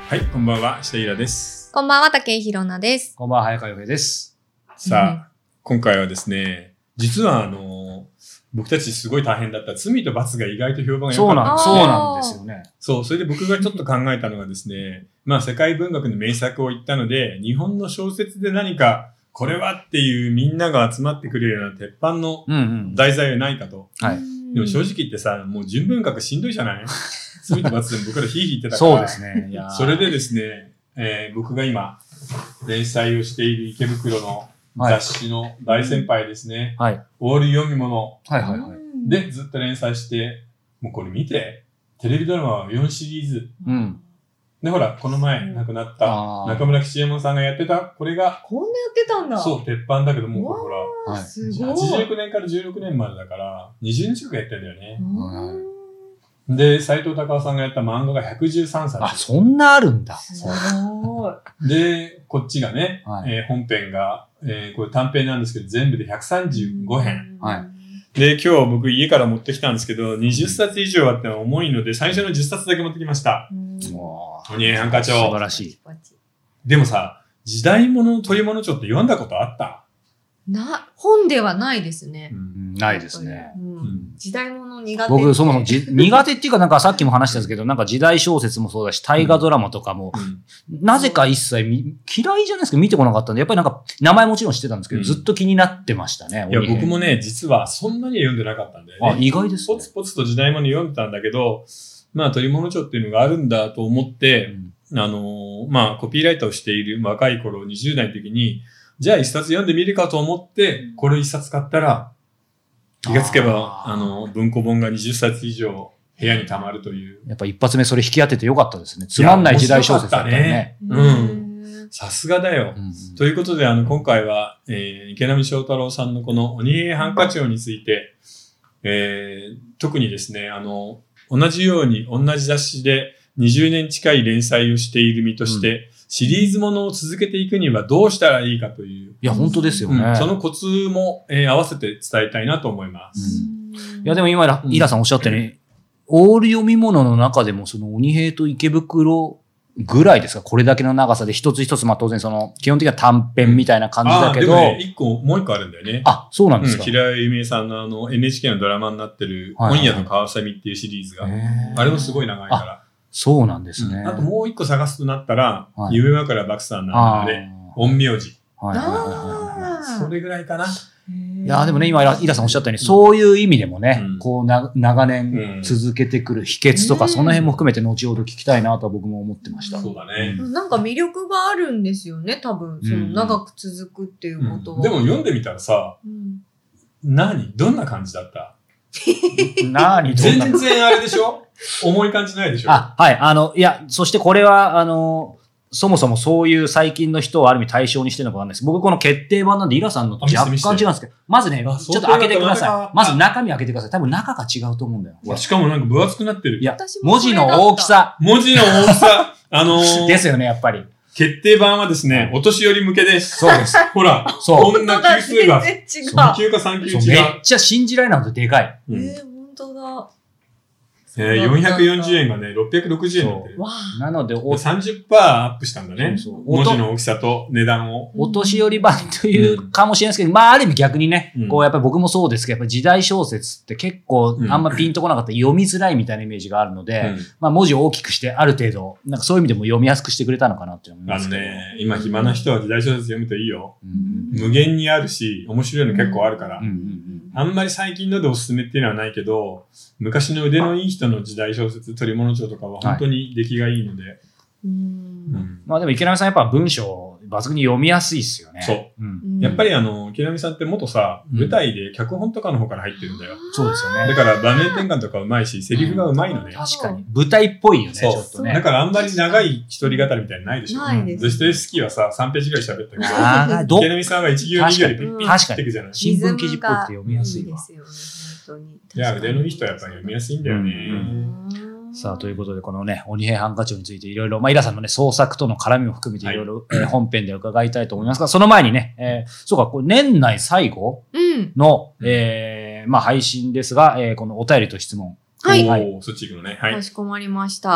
はい、こんばんは、下平です。 こんばんは、竹井ひろなです。 こんばんは、早川洋平です。 さあ、今回はですね、実は僕たちすごい大変だった罪と罰が意外と評判が良かった。 そうなんですよね。 そう、それで僕がちょっと考えたのがですね、まあ世界文学の名作を言ったので、日本の小説で何か、これはっていうみんなが集まってくるような鉄板の題材はないかと。 はい。 でも正直言ってさ、もう純文学しんどいじゃない罪と罰でも僕らヒーヒー言ってたから。 そうですね。 それでですね、僕が今、連載をしている池袋の雑誌の大先輩ですね。 はい。 オール読み物。 はいはいはい。 で、ずっと連載して、もうこれ見て、テレビドラマは4シリーズ。 うん。 で、ほら、この前亡くなった中村吉右衛門さんがやってた、これが、 こんなやってたんだ。 そう、鉄板だけど、もうほら、 はい、すごい。 89年から16年までだから、20年近くやってんだよね。で、斎藤隆夫さんがやった漫画が113冊。 あ、そんなあるんだ。 すごい。で、こっちがね、 はい、 本編が、これ短編なんですけど、全部で135編。 はい。 で、今日僕家から持ってきたんですけど、20冊以上あって重いので、最初の10冊だけ持ってきました。鬼平犯科帳。 素晴らしい。 でもさ、時代物、鳥物帳って読んだことあった？ 本ではないですね。 ないですね。 時代物苦手。 僕、そもそも苦手っていうかなんかさっきも話したんですけど、なんか時代小説もそうだし、大河ドラマとかも、なぜか一切嫌いじゃないですか、見てこなかったんで、やっぱりなんか名前もちろん知ってたんですけど、ずっと気になってましたね。 いや、僕もね、実はそんなには読んでなかったんだよね。 あ、意外ですね。 ポツポツと時代物読んでたんだけど、まあ、鳥物帳っていうのがあるんだと思って、まあ、コピーライターをしている若い頃、20代の時に、じゃあ一冊読んでみるかと思って、これ一冊買ったら、気がつけば、文庫本が20冊以上部屋に溜まるという。 やっぱ一発目それ引き当ててよかったですね。つまんない時代小説だったね。 さすがだよ。ということで、今回は、池波正太郎さんのこの鬼平犯科帳について、特にですね、同じように同じ雑誌で20年近い連載をしている身として、シリーズものを続けていくにはどうしたらいいかという。 いや、本当ですよね。 そのコツも、合わせて伝えたいなと思います。 いや、でも今、イラさんおっしゃったように、オール読み物の中でも、その鬼平と池袋ぐらいですか？これだけの長さで一つ一つ、まあ当然基本的には短編みたいな感じだけど。 でもね、もう一個あるんだよね。 あ、そうなんですか。 平井由美さんのNHK のドラマになってる、今夜の川蝉っていうシリーズが。あれもすごい長いから。 そうなんですね。 あともう一個探すとなったら、夢枕漠さんのあれ、陰陽師。それぐらいかな。 いや、でもね、今、イラさんおっしゃったように、そういう意味でもね、こう、長年続けてくる秘訣とか、その辺も含めて後ほど聞きたいなと僕も思ってました。 そうだね。 なんか魅力があるんですよね、多分。その長く続くっていうことは。 でも読んでみたらさ、どんな感じだった？全然あれでしょ？重い感じないでしょ？ あ、はい。いや、そしてこれは、そもそもそういう最近の人をある意味対象にしてるのかわかんないです。僕この決定版なんで、イラさんのと若干違うんですけど、まずね、ちょっと開けてください。まず中身開けてください。多分中が違うと思うんだよ。 しかもなんか分厚くなってる。 いや、文字の大きさ。ですよね、やっぱり。 決定版はですね、お年寄り向けです。 そうです。 ほら、こんな級数が、2級か3級違う。 めっちゃ信じられないほどでかい。 本当だ。 440円がね、660円になってる。 なので、 30% アップしたんだね。文字の大きさと値段を。 お年寄り版というかもしれないですけど、まあ、ある意味逆にね、こう、やっぱり僕もそうですけど、やっぱり時代小説って結構、あんまピンとこなかった読みづらいみたいなイメージがあるので、まあ、文字を大きくして、ある程度、なんかそういう意味でも読みやすくしてくれたのかなって思いますけど。 今暇な人は時代小説読むといいよ。無限にあるし、面白いの結構あるから。あんまり最近のでおすすめっていうのはないけど、昔の腕のいい人の時代小説、鳥物帳とかは本当に出来がいいので。 まあでも池波さんやっぱ文章抜群に読みやすいっすよね。 そう。やっぱり池波さんって元さ、舞台で脚本とかの方から入ってるんだよ。 そうですよね。 だから場面転換とかうまいし、セリフがうまいのね。 確かに。舞台っぽいよね、ちょっとね。 だからあんまり長い一人語りみたいなのないでしょ。 ないです。 ドストエフスキーはさ、3ページぐらい喋ったけど、池波さんは1行2行でピッピッっていくじゃない。 新聞記事っぽくて読みやすいわ。 いや、腕のいい人はやっぱり読みやすいんだよね。 さあ、ということで、このね、鬼平犯科帳についていろいろ、まあ、イラさんのね、創作との絡みも含めていろいろ、本編で伺いたいと思いますが、その前にね、そうか、これ年内最後の、まあ、配信ですが、このお便りと質問。 はい。 そっち行くのね。はい。 かしこまりました。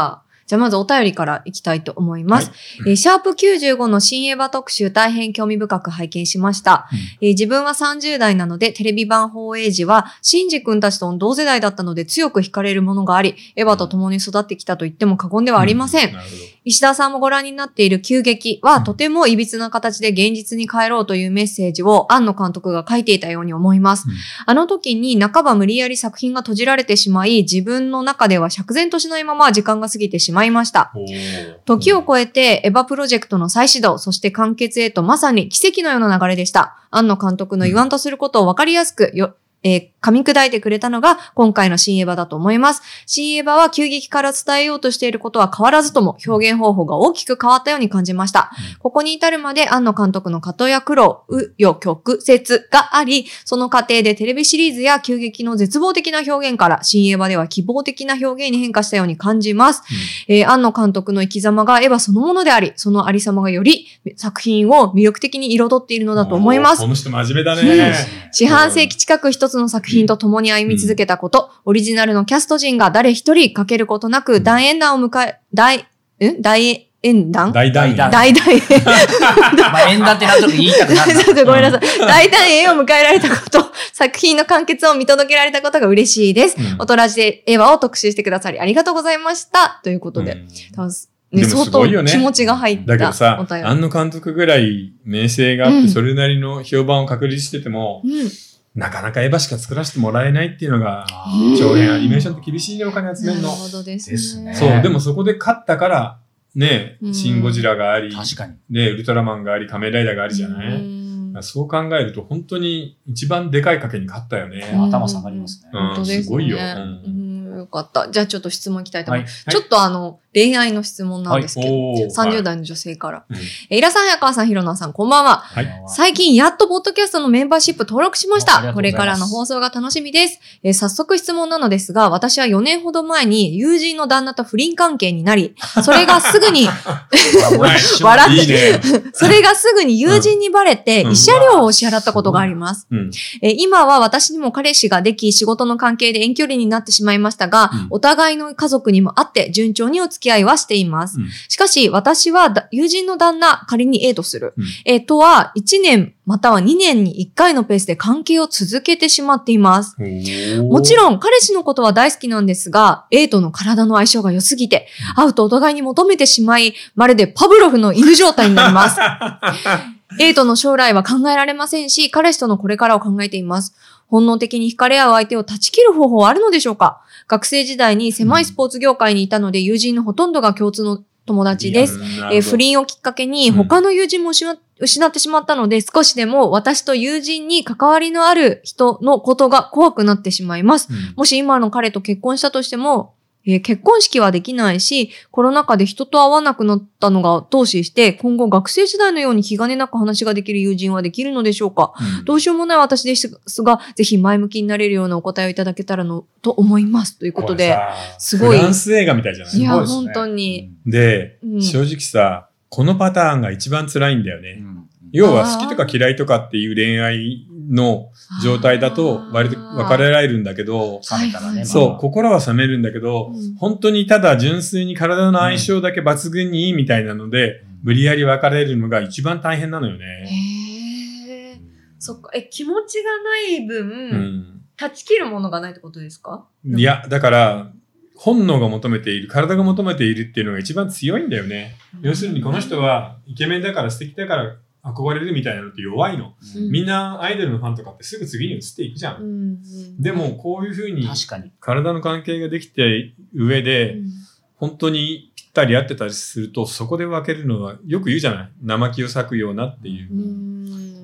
じゃあまずお便りからいきたいと思います。シャープ95の新エヴァ特集大変興味深く拝見しました。自分は30代なのでテレビ版放映時はシンジ君たちと同世代だったので強く惹かれるものがあり、エヴァと共に育ってきたと言っても過言ではありません。石田さんもご覧になっている急激はとても歪な形で現実に帰ろうというメッセージを庵野監督が書いていたように思います。あの時に半ば無理やり作品が閉じられてしまい、自分の中では釈然としないまま時間が過ぎてしまいました。時を超えてエヴァプロジェクトの再始動、そして完結へとまさに奇跡のような流れでした。庵野監督の言わんとすることを分かりやすく噛み砕いてくれたのが今回の新エヴァだと思います。新エヴァは急激から伝えようとしていることは変わらずとも表現方法が大きく変わったように感じました。ここに至るまで庵野監督の葛藤や苦労、紆余曲折があり、その過程でテレビシリーズや急激の絶望的な表現から新エヴァでは希望的な表現に変化したように感じます。庵野監督の生き様がエヴァそのものであり、そのありさまがより作品を魅力的に彩っているのだと思います。 この人真面目だね。 四半世紀近く一つの作品と共に歩み続けたこと、オリジナルのキャスト陣が誰一人欠けることなく大演談を迎え、大演談大団円。 まあ演談ってなんとなく言いたくなる。 ごめんなさい。大団円を迎えられたこと、作品の完結を見届けられたことが嬉しいです。おとらじでエヴァを特集してくださりありがとうございました。ということで。 でもすごいよね。 相当気持ちが入った。 だけどさ、庵野監督ぐらい名声があって、それなりの評判を確立してても、なかなかエヴァしか作らせてもらえないっていうのが、長編アニメーションって厳しいね、お金集めるの。 なるほどですね。 そう、でもそこで勝ったから、ね、シン・ゴジラがあり、 確かに。 ね、ウルトラマンがあり、仮面ライダーがありじゃないそう考えると本当に一番でかい賭けに勝ったよね。 頭下がりますね。 本当ですね。 すごいよ。 よかった。じゃあちょっと質問いきたいと思います。ちょっと恋愛の質問なんですけど、30代の女性から。イラさん、早川さん、ひろなさん、こんばんは。最近やっとポッドキャストのメンバーシップ登録しました。これからの放送が楽しみです。早速質問なのですが、私は4年ほど前に友人の旦那と不倫関係になり、それがすぐに、笑って、それがすぐに友人にバレて、慰謝料を支払ったことがあります。今は私にも彼氏ができ、仕事の関係で遠距離になってしまいましたが、お互いの家族にもあって順調にお付き合いはしています。しかし私は友人の旦那、仮に A とする。とは1年または2年に1回のペースで関係を続けてしまっています。もちろん彼氏のことは大好きなんですが、A との体の相性が良すぎて、会うとお互いに求めてしまい、まるでパブロフの犬状態になります。A との将来は考えられませんし、彼氏とのこれからを考えています。本能的に惹かれ合う相手を断ち切る方法はあるのでしょうか？学生時代に狭いスポーツ業界にいたので、友人のほとんどが共通の友達です。不倫をきっかけに他の友人も失ってしまったので、少しでも私と友人に関わりのある人のことが怖くなってしまいます。もし今の彼と結婚したとしても、結婚式はできないし、コロナ禍で人と会わなくなったのが後押しして、今後学生時代のように気兼ねなく話ができる友人はできるのでしょうか？どうしようもない私ですが、ぜひ前向きになれるようなお答えをいただけたらと思います。ということで、すごい。 フランス映画みたいじゃない？ いや、本当に。 で、正直さ、このパターンが一番辛いんだよね。要は好きとか嫌いとかっていう恋愛の状態だと割と別れられるんだけど、そう、心は冷めるんだけど、本当にただ純粋に体の相性だけ抜群にいいみたいなので、無理やり別れるのが一番大変なのよね。 そっか、気持ちがない分、断ち切るものがないってことですか？ いや、だから、本能が求めている、体が求めているっていうのが一番強いんだよね。要するにこの人はイケメンだから素敵だから憧れるみたいなのって弱いの。みんなアイドルのファンとかってすぐ次に移っていくじゃん。でもこういうふうに体の関係ができて上で、本当にぴったり合ってたりすると、そこで分けるのはよく言うじゃない？生木を裂くようなっていう。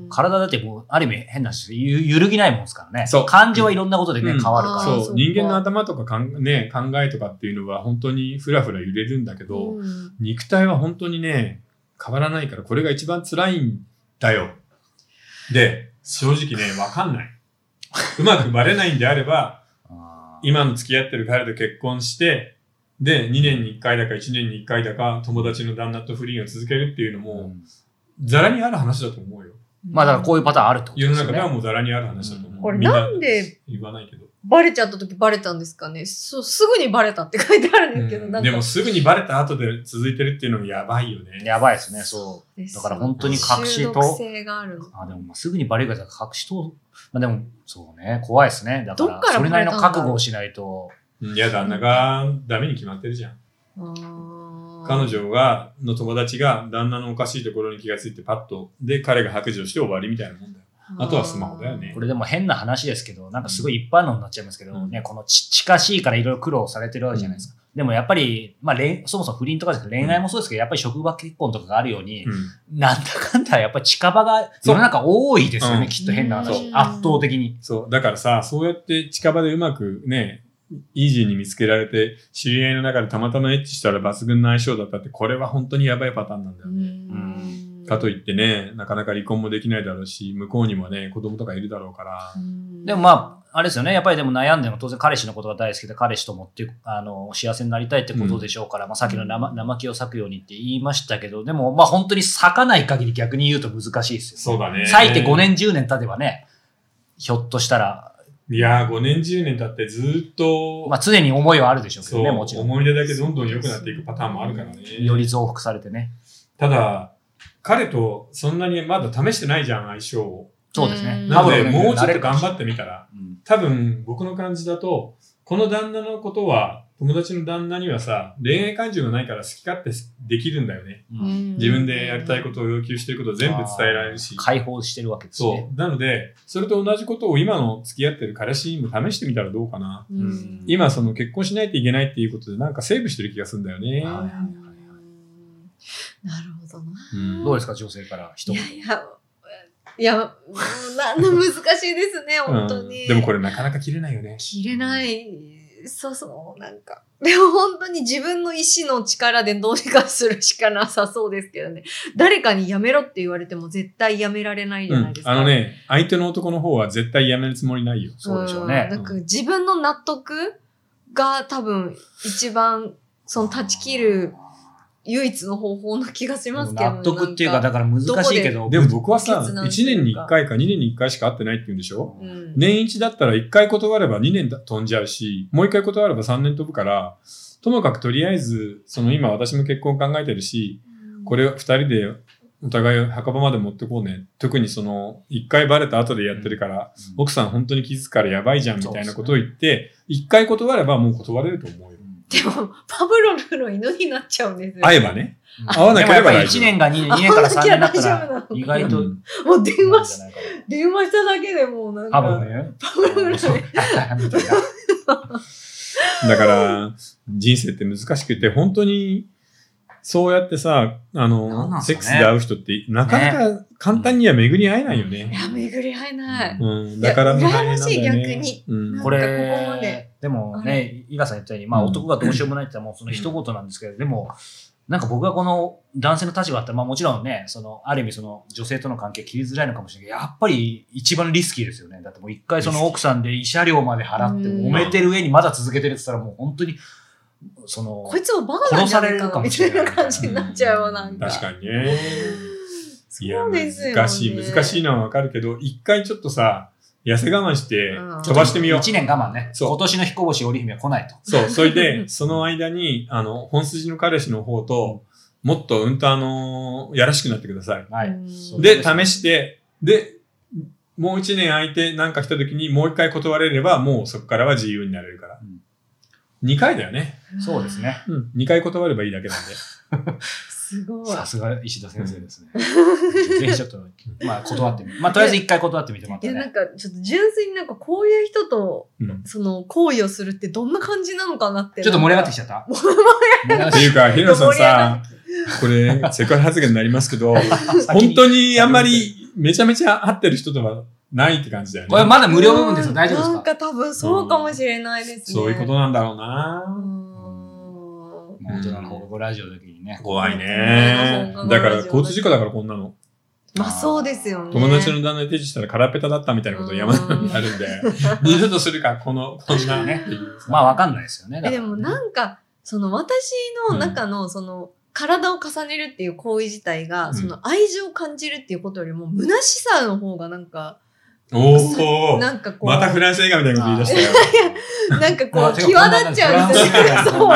体だってもう、ある意味変なし、揺るぎないもんですからね。そう。感情はいろんなことでね、変わるから。 そう。人間の頭とか考えとかっていうのは本当にふらふら揺れるんだけど、肉体は本当にね、変わらないから、これが一番辛いんだよ。で、正直ね、わかんない。うまくバレないんであれば、今の付き合ってる彼と結婚して、で、2年に1回だか1年に1回だか友達の旦那と不倫を続けるっていうのも、ザラにある話だと思うよ。 まあだからこういうパターンあると、 世の中ではもうザラにある話だと思う。 これなんで言わないけど。 バレちゃった時バレたんですかね。そう、すぐにバレたって書いてあるんですけど、 でもすぐにバレた後で続いてるっていうのもやばいよね。 やばいですね、そう。だから本当に隠しと。 中毒性があるの。 でもすぐにバレるから隠しと、でもそうね、怖いですね。だからそれなりの覚悟をしないと。 いや、旦那がダメに決まってるじゃん。彼女の友達が旦那のおかしいところに気がついてパッと、で、彼が白状して終わりみたいなもんだよ。あとはスマホだよね。 これでも変な話ですけど、なんかすごい一般論になっちゃいますけど、ね、この近しいからいろいろ苦労されてるわけじゃないですか。でもやっぱり、そもそも不倫とかですけど、恋愛もそうですけど、やっぱり職場結婚とかがあるように、なんだかんだやっぱり近場が世の中多いですよね、きっと変な話。圧倒的に。 そう。だからさ、そうやって近場でうまくね、イージーに見つけられて、知り合いの中でたまたまエッチしたら抜群の相性だったって、これは本当にやばいパターンなんだよね。かといってね、なかなか離婚もできないだろうし、向こうにもね、子供とかいるだろうから。 でもあれですよね。やっぱりでも悩んでも当然彼氏のことが大好きで彼氏ともって幸せになりたいってことでしょうから、さっきの生木を裂くようにって言いましたけど、でも本当に裂かない限り逆に言うと難しいですよね。 そうだね。 裂いて5年10年経てばね、ひょっとしたら。 いやー、5年10年経ってずっと。 常に思いはあるでしょうけどね、もちろん。 思い出だけどんどん良くなっていくパターンもあるからね。 より増幅されてね。 ただ、彼とそんなにまだ試してないじゃん、相性を。 そうですね。 なので、もうちょっと頑張ってみたら、多分僕の感じだと、この旦那のことは、友達の旦那にはさ、恋愛感情がないから好き勝手できるんだよね。自分でやりたいことを要求していることを全部伝えられるし。 解放してるわけですね。 そう。なので、それと同じことを今の付き合ってる彼氏にも試してみたらどうかな。今結婚しないといけないっていうことでなんかセーブしてる気がするんだよね。 なるほどな。 どうですか、女性から一言。 いや、難しいですね、本当に。 でもこれなかなか切れないよね。 切れない。なんか。でも本当に自分の意志の力でどうにかするしかなさそうですけどね。誰かにやめろって言われても絶対やめられないじゃないですか。 相手の男の方は絶対やめるつもりないよ。 そうでしょうね。 なんか自分の納得が多分一番断ち切る唯一の方法な気がしますけどね。 納得っていうか、だから難しいけど。 でも僕はさ、1年に1回か2年に1回しか会ってないって言うんでしょ、年1だったら1回断れば2年飛んじゃうし、もう1回断れば3年飛ぶから、ともかくとりあえず、今私も結婚考えてるし、これ2人でお互いを墓場まで持ってこうね。特に1回バレた後でやってるから、奥さん本当に気づくからやばいじゃんみたいなことを言って、1回断ればもう断れると思うよ。 でも、パブロフの犬になっちゃうんですよ。 会えばね。会わなければ大丈夫。 1年が2年から3年だったら、意外と。 もう電話しただけでもうなんか。 パブね。 パブロフね。 だから、人生って難しくて、本当に、そうやってさ、セックスで会う人って、なかなか簡単には巡り会えないよね。 いや、巡り会えない。 だからもう羨ましい、逆に。 これ、でもね、伊賀さん言ったように、男がどうしようもないって言ったらもうその一言なんですけど、でも、なんか僕がこの男性の立場だったら、もちろんね、ある意味女性との関係切りづらいのかもしれないけど、やっぱり一番リスキーですよね。だってもう一回奥さんで慰謝料まで払って揉めてる上にまだ続けてるって言ったらもう本当に、 こいつはバカなんじゃないかみたいな感じになっちゃうわ、なんか。 確かにね。いや、 難しいのはわかるけど、一回ちょっとさ、痩せ我慢して飛ばしてみよう。 1年我慢ね。今年の彦星織姫は来ないと。 そう。それで、その間に、本筋の彼氏の方と、もっとやらしくなってください。 はい。 で、試して、で、もう1年空いてなんか来た時にもう1回断れれば、もうそこからは自由になれるから。2回だよね。 そうですね。 2回断ればいいだけなんで。 すごい。 さすが石田先生ですね。ぜひちょっと、断ってみる。とりあえず1回断ってみてもらったね。 いや、なんか、ちょっと純粋になんかこういう人と、行為をするってどんな感じなのかなって。 ちょっと盛り上がってきちゃったっていうか、ひろさんさ、これ、セクハラ発言になりますけど、本当にあんまりめちゃめちゃ合ってる人とはないって感じだよね。 これまだ無料部分ですよ。大丈夫ですか？ なんか多分そうかもしれないですね。 そういうことなんだろうな。 大人の放課後ラジオの時にね。 怖いね。だから交通事故だからこんなの。 まあそうですよね。 友達の旦那に手したら空っぺただったみたいなこと山にあるんで、二度とするか、こんなね。 まあわかんないですよね。 でもなんか、私の中の体を重ねるっていう行為自体が、愛情を感じるっていうことよりも、虚しさの方がなんか、 おお。 なんかこう。 またフランス映画みたいなこと言い出したよ。 なんかこう、際立っちゃうんですよね。そう、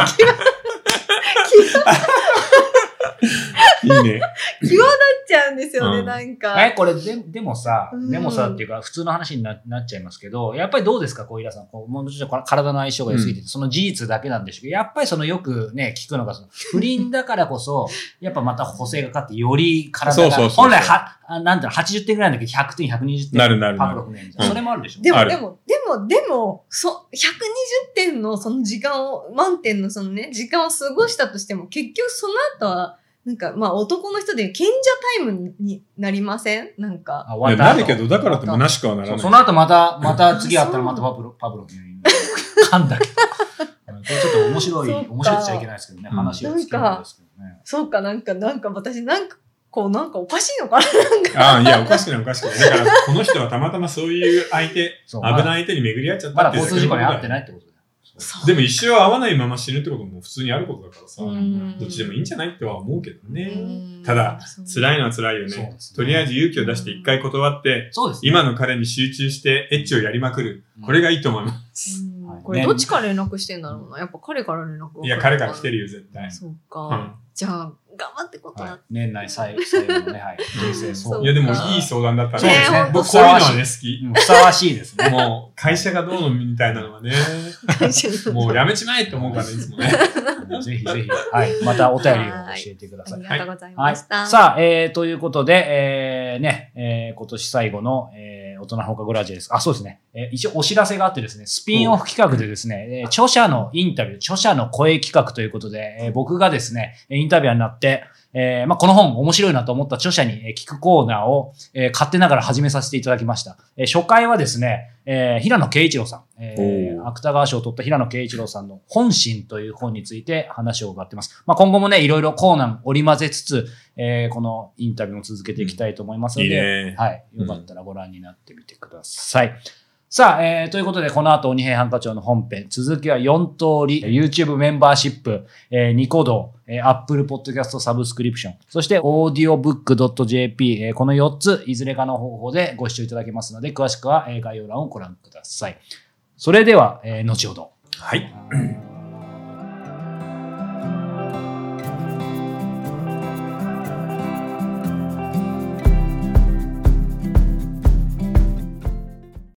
いいね。 際立っちゃうんですよね、なんか。 これでもさっていうか、普通の話になっちゃいますけど、やっぱりどうですか、小平さん。もちろん体の相性が良すぎて、その事実だけなんでしょうけど、やっぱりそのよくね、聞くのが、不倫だからこそ、やっぱまた補正がかかって、より体が、本来なんだろう、80点ぐらいだけど、100点、120点。 なる。 パブロフね。それもあるでしょ。 でも、120点のその時間を、満点のそのね、時間を過ごしたとしても、結局その後は、なんか、まあ男の人で賢者タイムになりません？なんか。 なるけど、だからって虚しくはならない。 その後また次会ったらまたパブロフに噛んだけど。これちょっと面白いっちゃいけないですけどね、話をつけるんですけどね。 そうか、なんか私、なんかおかしいのかな？ いや、おかしくない。だから、この人はたまたまそういう危ない相手に巡り合っちゃったっていう。 まだ交通事故に遭ってないってことだよ。 でも一生会わないまま死ぬってことも普通にあることだからさ、どっちでもいいんじゃないっては思うけどね。ただ、辛いのは辛いよね。とりあえず勇気を出して一回断って、今の彼に集中してエッチをやりまくる。これがいいと思います。 これどっちから連絡してんだろうな。やっぱ彼から連絡。 いや、彼から来てるよ、絶対。 そうか。じゃあ、頑張ってことだって。 年内最後のね、人生そう。いや、でもいい相談だったね。そうですね。 僕こういうのはね、好き。 ふさわしいですね。 もう、会社がどうのみたいなのはね。もうやめちまえって思うからね、いつもね。 ぜひ。はい。またお便りを教えてください。 ありがとうございました。 さあ、ということで、今年最後の、大人放課後ラジオです。そうですね。一応お知らせがあってですね、スピンオフ企画でですね、著者のインタビュー、著者の声企画ということで、僕がですね、インタビュアーになって、この本面白いなと思った著者に聞くコーナーを、勝手ながら始めさせていただきました。初回はですね、平野啓一郎さん、芥川賞を取った平野啓一郎さんの本心という本について話を伺っています。今後もね、いろいろコーナー織り交ぜつつ、このインタビューも続けていきたいと思いますので、はい、よかったらご覧になってみてください。さあ、ということで、この後、鬼平犯科帳の本編、続きは4通り、YouTube メンバーシップ、ニコ動、Apple Podcast サブスクリプション、そして audiobook.jp、この4つ、いずれかの方法でご視聴いただけますので、詳しくは概要欄をご覧ください。それでは、後ほど。 はい。